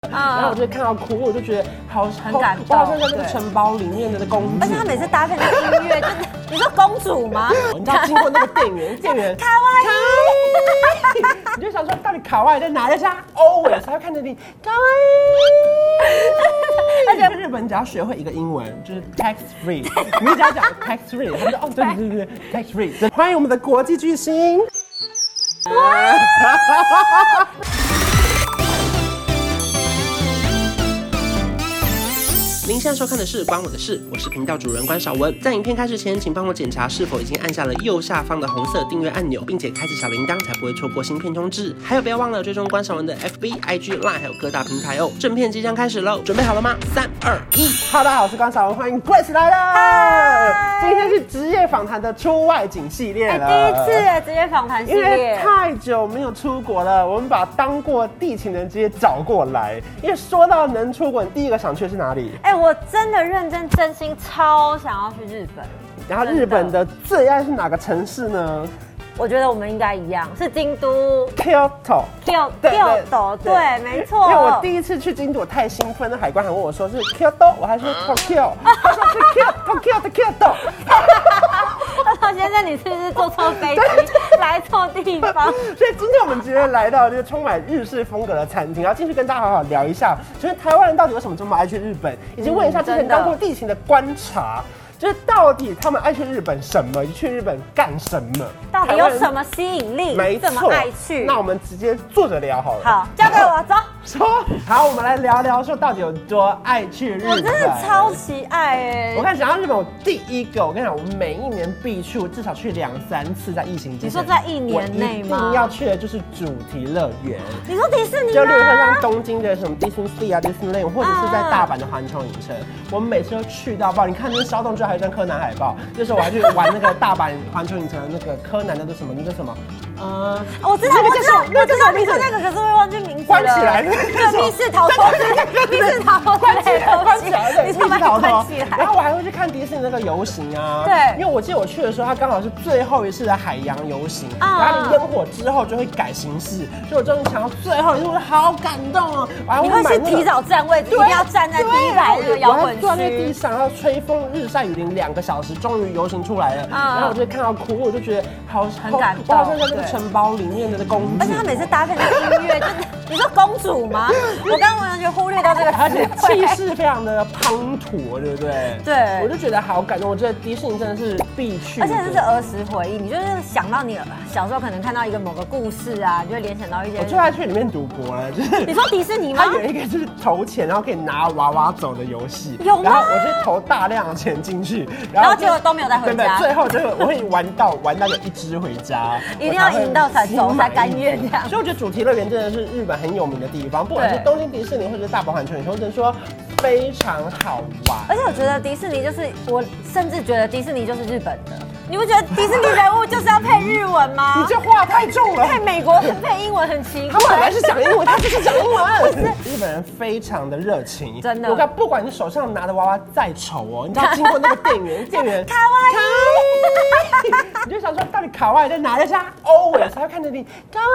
然后我就看到哭，我就觉得很感动， 我好像在那个城堡里面的公主。 而且他每次搭配那个音乐，就是你说公主吗？ 你知道经过那个店员卡哇伊，你就想说到底卡哇伊在哪？但是他 always 他会看着你卡哇伊。而且日本只要学会一个英文，就是 tax free， 你只要讲 tax free， 他们就哦对 tax free。欢迎我们的国际巨星。您现在收看的是《关我的事》，我是频道主人关少文。在影片开始前，请帮我检查是否已经按下了右下方的红色订阅按钮，并且开启小铃铛，才不会错过新片通知。还有，不要忘了追踪关少文的 FB、IG、Line， 还有各大平台哦。正片即将开始喽，准备好了吗？3、2、1。Hello， 大家好，我是关少文，欢迎 Grace 来了。今天是职业访谈的出外景系列了， 第一次职业访谈系列， 因为太久没有出国了，我们把当过地勤的人直接找过来。因为说到能出国，你第一个想去的是哪里？ 我真的认真真心超想要去日本。 然后日本的最爱是哪个城市呢？ 我觉得我们应该一样，是京都 Kyoto， 对，没错。 因为我第一次去京都，我太兴奋了，海关还问我说是 Kyoto， 我还说 Tokyo， 他说是 Tokyo 的 Kyoto。 先生，你是不是坐错飞机，来错地方？ 所以今天我们直接来到这个充满日式风格的餐厅，然后进去跟大家好好聊一下，就是台湾人到底为什么这么爱去日本，以及问一下之前当过地勤的观察。就是到底他们爱去日本什么？去日本干什么？ 到底有什么吸引力？ 没错， 这么爱去？ 那我们直接坐着聊好了。 好，交给我，走。 说好，我们来聊聊说到底有多爱去日本。 我真的超级爱我看想到日本，我第一个，我跟你讲，我每一年必去，我至少去2、3次，在疫情之前。 你说在1年内吗？ 我一定要去的就是主题乐园。 你说迪士尼吗？ 就例如说像东京的什么 Disney 啊 Disneyland， 或者是在大阪的环球影城，我们每次都去到爆。你看那骚动之后还有一张柯南海报，那时候我还去玩那个大阪环球影城的那个柯南的那什么，那叫什么？ 我知道，我知道，你说那个，可是会忘记名字了。 关起来， 密室逃脱，密室逃脱， 关起来， 你密室逃脱。 然后我还会去看迪士尼那个游行啊， 对， 因为我记得我去的时候，它刚好是最后一次的海洋游行，然后你烟火之后就会改形式，所以我终于抢到最后一次，我好感动哦！ 你会去提早占位置，一定要站在第一排那个摇滚区， 坐在地上，然后吹风日晒雨淋2个小时，终于游行出来了。然后我就看到哭，我就觉得很感动， 我好像在那个城堡里面的公主。 而且他每次搭配那个音乐，就是你说公主吗？我刚刚完全忽略到这个， 而且气势非常的滂沱，对不对？ 对， 我就觉得好感动。我觉得迪士尼真的是必去， 而且这是儿时回忆，你就是想到你小时候可能看到一个某个故事啊，你就会联想到一些。 我最爱去里面赌博了，就是你说迪士尼吗？ 它有一个就是投钱，然后可以拿娃娃走的游戏， 有吗？ 然后我就投大量的钱进去， 然后结果都没有带回家。 对，最后就是我会玩到有1只回家， 一定要赢到才走才甘愿这样。 所以我觉得主题乐园真的是日本很有名的地方，不管是东京迪士尼或者是大阪环球影城，我只能说非常好玩。 而且我觉得迪士尼就是我甚至觉得迪士尼就是日本的。你不觉得迪士尼人物就是要配日文吗？ 你这话太重了。 配美国人配英文很奇怪。 他本来是讲英文，他就是讲英文。日本人非常的热情， 真的。 我看不管你手上拿的娃娃再丑哦，你知道经过那个店员卡哇伊， 你就想说到底卡哇伊在哪？但是他 always 他会看着你卡哇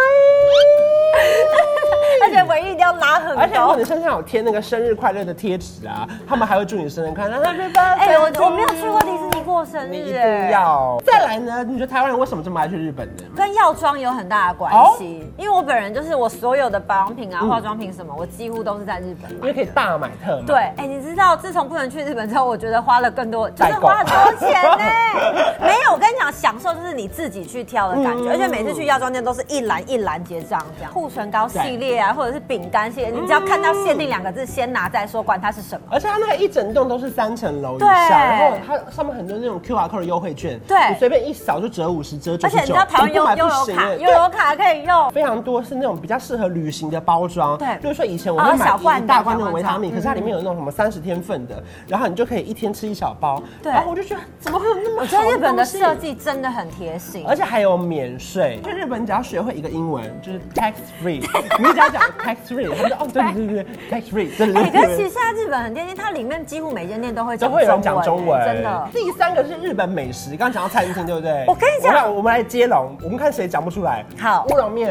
伊。 而且尾翼一定要拉很高。 而且如果你身上有贴那个生日快乐的贴纸啊，他们还会祝你生日快乐。 我没有去过迪士尼过生日， 你一定要。再来呢？你觉得台湾人为什么这么爱去日本呢？ 跟药妆有很大的关系，因为我本人就是我所有的保养品啊、化妆品什么，我几乎都是在日本买， 因为可以大买特买。 对，你知道自从不能去日本之后，我觉得花了更多，就是花很多钱呢。没有，我跟你讲，享受就是你自己去挑的感觉，而且每次去药妆店都是一篮一篮结账这样。护唇膏系列啊，或者是饼干系列，你只要看到限定2个字，先拿再说，管它是什么。 而且它那个一整栋都是3层楼以上，然后它上面很多那种 QR code 的优惠券， 对， 你随便一扫就折50、折99。 而且你知道台湾悠游卡可以用， 非常多是那种比较适合旅行的包装。 对， 就是说以前我会买一大罐那种维他命，可是它里面有那种什么30天份的，然后你就可以1天吃1小包。 对， 然后我就觉得怎么会有那么好的东西？ 我觉得日本的设计真的很贴心， 而且还有免税。去日本只要学会一个英文，就是 tax free， 你只要讲 tax free， 他们就哦对tax free， 真的。 可是其实现在日本很贴心，它里面几乎每间店都会有人讲中文， 真的。 第3个是日本美食，刚刚讲到餐厅对不对？ 我跟你讲， 我们来接龙，我们看谁讲不出来。 好， 乌龙面。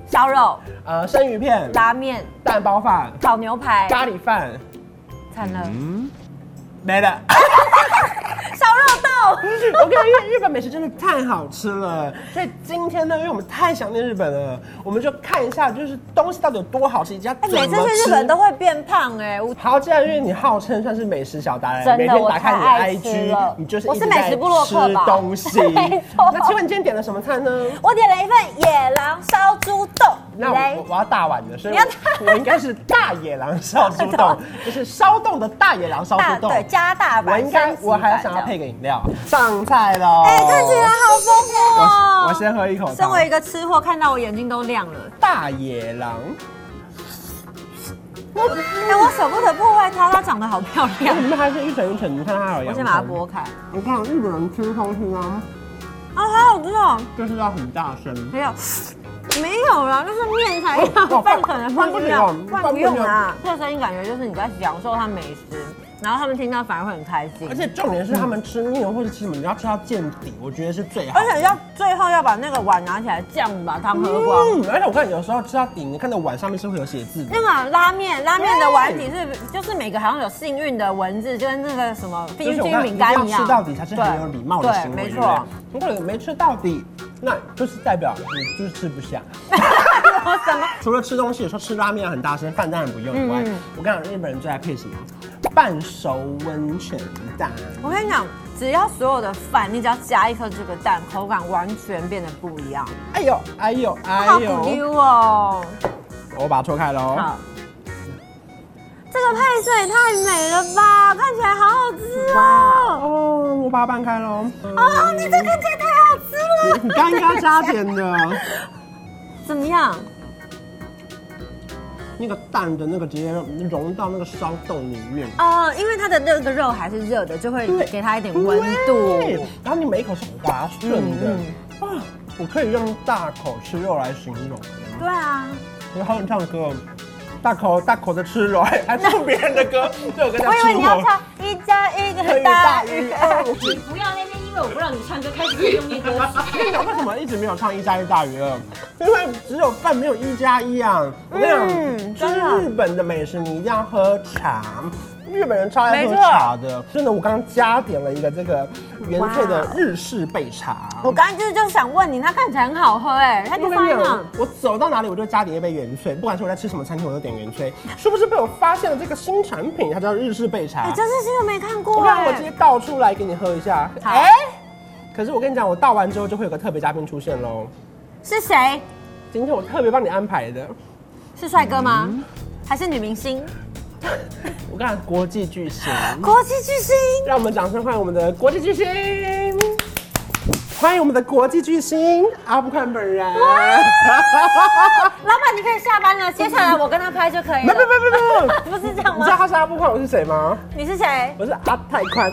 烧肉、 生鱼片、 拉面、 蛋包饭、 烤牛排、 咖喱饭， 惨了， 没了。 烧肉豆。 我跟你讲，因为日本美食真的太好吃了，所以今天呢，因为我们太想念日本了，我们就看一下，就是东西到底有多好吃，以及要怎么吃。 每次去日本都会变胖哎。 好，既然因为你号称算是美食小达人， 真的每天打开你的我太爱吃 IG， 了你就是我是美食部落客吧吃东西。 没错那请问你今天点了什么菜呢？ 我点了一份野狼烧猪冻。 那我要大碗的，所以你要我应该是大野狼烧猪冻，就是烧冻的大野狼烧猪冻， 对，加大版。 我还想要配个饮料。上菜喽！ 哎，看起来好丰富哦。 我先喝一口。 身为一个吃货，看到我眼睛都亮了。 大野狼。 哎，我舍不得破坏它，它长得好漂亮。 里面还是一层一层，你看它还有洋葱。 我先把它剥开。 你看日本人吃东西啊， 啊，好好吃哦。 就是要很大声。 没有啦，就是面才要，饭可能放不了，饭不用啊。这个声音感觉就是你在享受它美食，然后他们听到反而会很开心。 而且重点是他们吃面或者吃什么，你要吃到见底，我觉得是最好的。 而且最后要把那个碗拿起来，这样把汤喝光。 而且我看有时候吃到底，你看到碗上面是会有写字的。 那个拉面的碗底就是每个好像有幸运的文字，就跟那个什么冰淇淋饼干一样。 吃到底才是很有礼貌的行为。 对，没错。 如果你没吃到底，那就是代表你就是吃不下。 什么？ 除了吃东西，有时候吃拉面要很大声，饭当然不用以外，我跟你讲，日本人最爱配什么？半熟温泉蛋。 我跟你讲，只要所有的饭，你只要加一颗这个蛋，口感完全变得不一样。 哎呦哎呦哎呦！ 好溜哦！ 我把它戳开喽。 好。这个配色也太美了吧，看起来好好吃哦！ 哦，我把它拌开喽。 哦，你这看起来太好吃了。 你刚应该加点的。 怎么样？ 那个蛋的那个直接融到那个烧冻里面。 因为它的那个肉还是热的，就会给它一点温度。 然后你每一口是滑顺的。我可以用大口吃肉来形容。 对啊。 我好想唱歌哦。大口的吃肉，还唱别人的歌，就有跟他吃。 我以为你要唱1+1大于2。 你不要那边，因为我不让你唱歌，开始用念歌词。 为什么一直没有唱1+1大于2？因为只有饭没有1+1啊！我跟你讲，吃日本的美食你一定要喝茶。日本人超爱喝茶的，真的，我刚刚加点了一个这个原萃的日式焙茶。 我刚刚就想问你，它看起来很好喝哎，它就放了。 我走到哪里我就加点一杯原萃，不管是我在吃什么餐厅我都点原萃。是不是被我发现了这个新产品？它叫日式焙茶。 这是新的没看过。 我直接倒出来给你喝一下。可是我跟你讲，我倒完之后就会有个特别嘉宾出现喽。 是谁？ 今天我特别帮你安排的。 是帅哥吗？还是女明星？ 我跟你讲，国际巨星， 国际巨星， 让我们掌声欢迎我们的国际巨星，欢迎我们的国际巨星阿布宽本人。老板，你可以下班了，接下来我跟他拍就可以了。 不， 不是这样吗？ 你知道他是阿布宽，我是谁吗？ 你是谁？ 我是阿泰宽。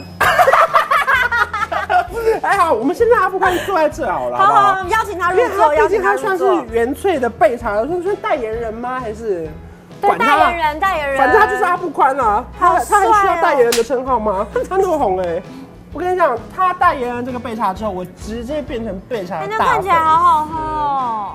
还好，我们现在阿布宽坐在这好了。 好，邀请他入座， 邀请他算是原萃的焙茶，算代言人吗？还是？ 对，代言人， 反正他就是阿布宽啊，他还需要代言人的称号吗？他那么红哎，我跟你讲，他代言了这个焙茶之后，我直接变成焙茶的大粉。 那看起来好好喝哦。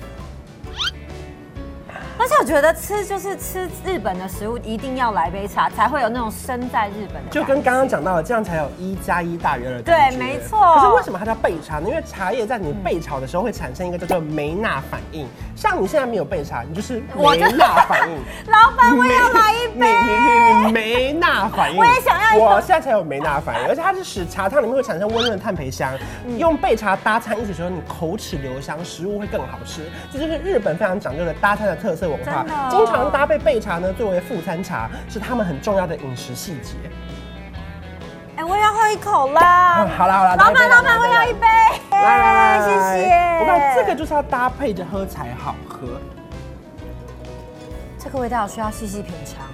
而且我觉得吃日本的食物，一定要来杯茶，才会有那种身在日本的感觉。 就跟刚刚讲到的，这样才有1+1大于2的感觉。 对，没错。 可是为什么它叫焙茶呢？因为茶叶在你焙炒的时候会产生一个叫做梅纳反应。像你现在没有焙茶，你就是梅纳反应。 老板，我也要来一杯。 你梅纳反应。 我也想要一杯。 我现在才有梅纳反应，而且它是使茶汤里面会产生温润的炭焙香。用焙茶搭餐一起的时候，你口齿留香，食物会更好吃。这就是日本非常讲究的搭餐的特色文化。经常搭配焙茶呢，作为副餐茶，是他们很重要的饮食细节。 我也要喝一口啦！ 好啦， 老板，我要一杯。来，谢谢。 我看这个就是要搭配着喝才好喝。 这个味道需要细细品尝，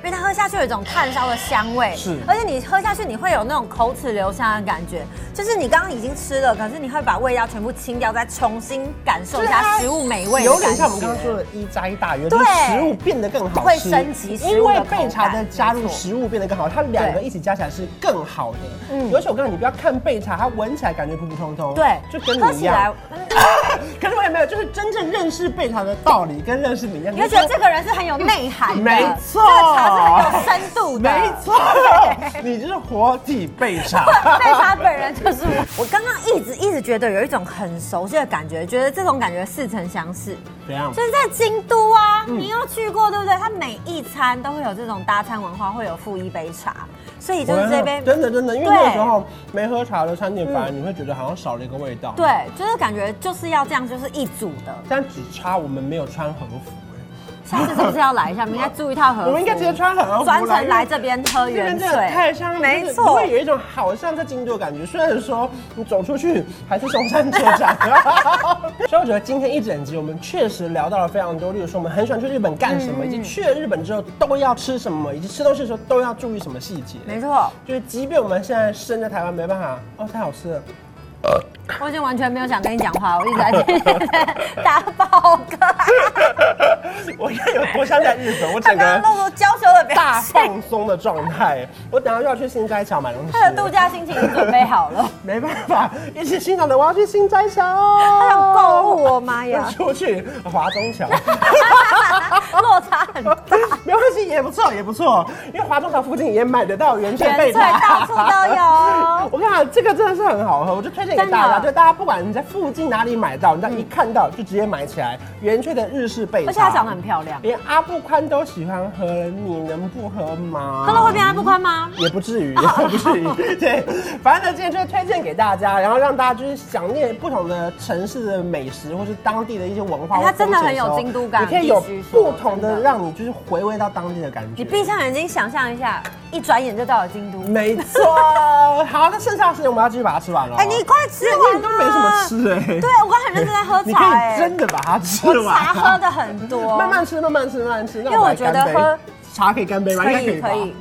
为它喝下去有一种炭烧的香味， 是， 而且你喝下去你会有那种口齿留香的感觉，就是你刚刚已经吃了，可是你会把味道全部清掉，再重新感受一下食物美味的感觉， 有点像我们刚刚说的一加一大于，就是食物变得更好吃， 会升级食物的口感， 因为焙茶的加入，食物变得更好，它两个一起加起来是更好的。尤其我告诉你，不要看焙茶，它闻起来感觉普普通通， 对， 就跟你一样。可是我也没有，就是真正认识焙茶的道理，跟认识你一样， 你会觉得这个人是很有内涵的， 没错， 这个茶是很有深度的， 没错，你就是活体焙茶。 焙茶本人就是我。我刚刚一直觉得有一种很熟悉的感觉，觉得这种感觉似曾相识。 怎样？ 就是在京都啊，你有去过对不对？它每一餐都会有这种搭餐文化，会有附一杯茶，所以就是这杯真的，因为那个时候没喝茶的餐点，反而你会觉得好像少了一个味道。 对，就是感觉就是要这样，就是一组的。 但只差我们没有穿和服。 下次是不是要来一下？我们应该注意套和服。 我们应该直接穿和服， 专程来这边喝原萃， 太香了， 没错， 会有一种好像在京都的感觉。虽然说你走出去还是松山车站，所以我觉得今天一整集我们确实聊到了非常多，例如说我们很喜欢去日本干什么，以及去了日本之后都要吃什么，以及吃东西的时候都要注意什么细节。 没错， 就是即便我们现在身在台湾没办法，哦，太好吃了。 我已经完全没有想跟你讲话，我一直在打饱嗝。 我应该有多像在日本，我整个人露出娇羞的表大现， 放松的状态。我等下又要去新斋桥买东西。 他的度假心情已经准备好了， 没办法，一起欣赏的我要去新斋桥。 他想购物，我妈呀！ 出去华中桥， 落差很大。 没关系，也不错，也不错，因为华中桥附近也买得到原萃焙茶，到处都有。 我跟你讲，这个真的是很好喝，我就推荐给大家。就大家不管你在附近哪里买到，你只要一看到就直接买起来。原萃的日式焙茶， 而且它长得很漂亮， 连阿布宽都喜欢喝，你能不喝吗？ 喝了会变阿布宽吗？ 也不至于，也不至于。对，反正呢，今天就是推荐给大家，然后让大家就是想念不同的城市的美食，或是当地的一些文化。 它真的很有京都感， 你可以有不同的让你就是回味到当地的感觉。 你闭上眼睛想象一下，一转眼就到了京都。 没错。好，那剩下的时间我们要继续把它吃完了。 哎，你快吃完了， 你都没什么吃哎。 对，我刚很认真在喝茶， 你可以真的把它吃完。 我茶喝的很多， 慢慢吃，慢慢吃，慢慢吃。 因为我觉得喝茶可以干杯吗？ 可以，可以。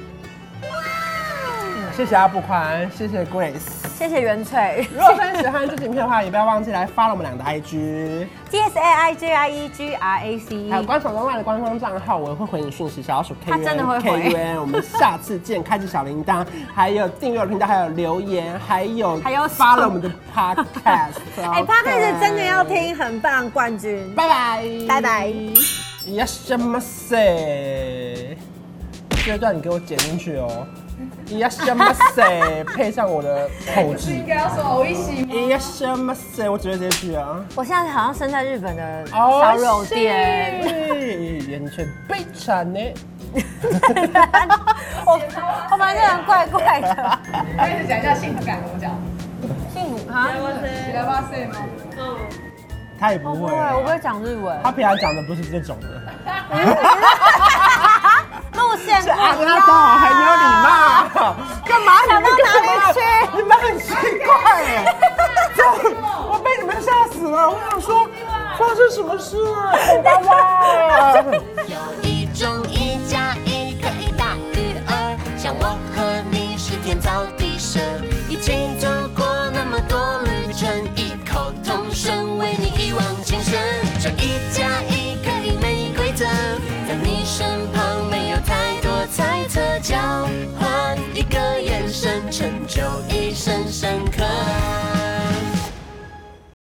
谢谢阿布宽，谢谢 Grace， 谢谢原萃。 如果喜欢这影片的话，也不要忘记来 follow 我们俩的 IG DSAIJIEGRAC， 还有关爽外的官方账号，我也会回你讯息，小老鼠 KUN， 他真的会回。 KUN， 我们下次见，开启小铃铛，还有订阅我的频道，还有留言，还有 follow 我们的 Podcast。 哎 ，Podcast 真的要听，很棒，冠军。 拜拜， 拜拜。 いらっしゃいませ。这段你给我剪进去哦。いらっしゃいませ，配上我的口技。 应该要说おいしい吗？ いらっしゃいませ，我只会这句啊。 我现在好像身在日本的烧肉店。 原萃焙茶呢？ 我发现这人怪怪的。 我一直讲一下幸福感，怎么讲？ 幸福啊？ 喜来哇塞吗？嗯。 他也不会， 我不会讲日文。 他平常讲的不是这种的。 路线不一样， 很有礼貌。干嘛？ 想到哪里去？ 你们很奇怪耶！我被你们吓死了。我想说，发生什么事了？爸爸。 有一种1+1可以大于2，像我和你是天造地。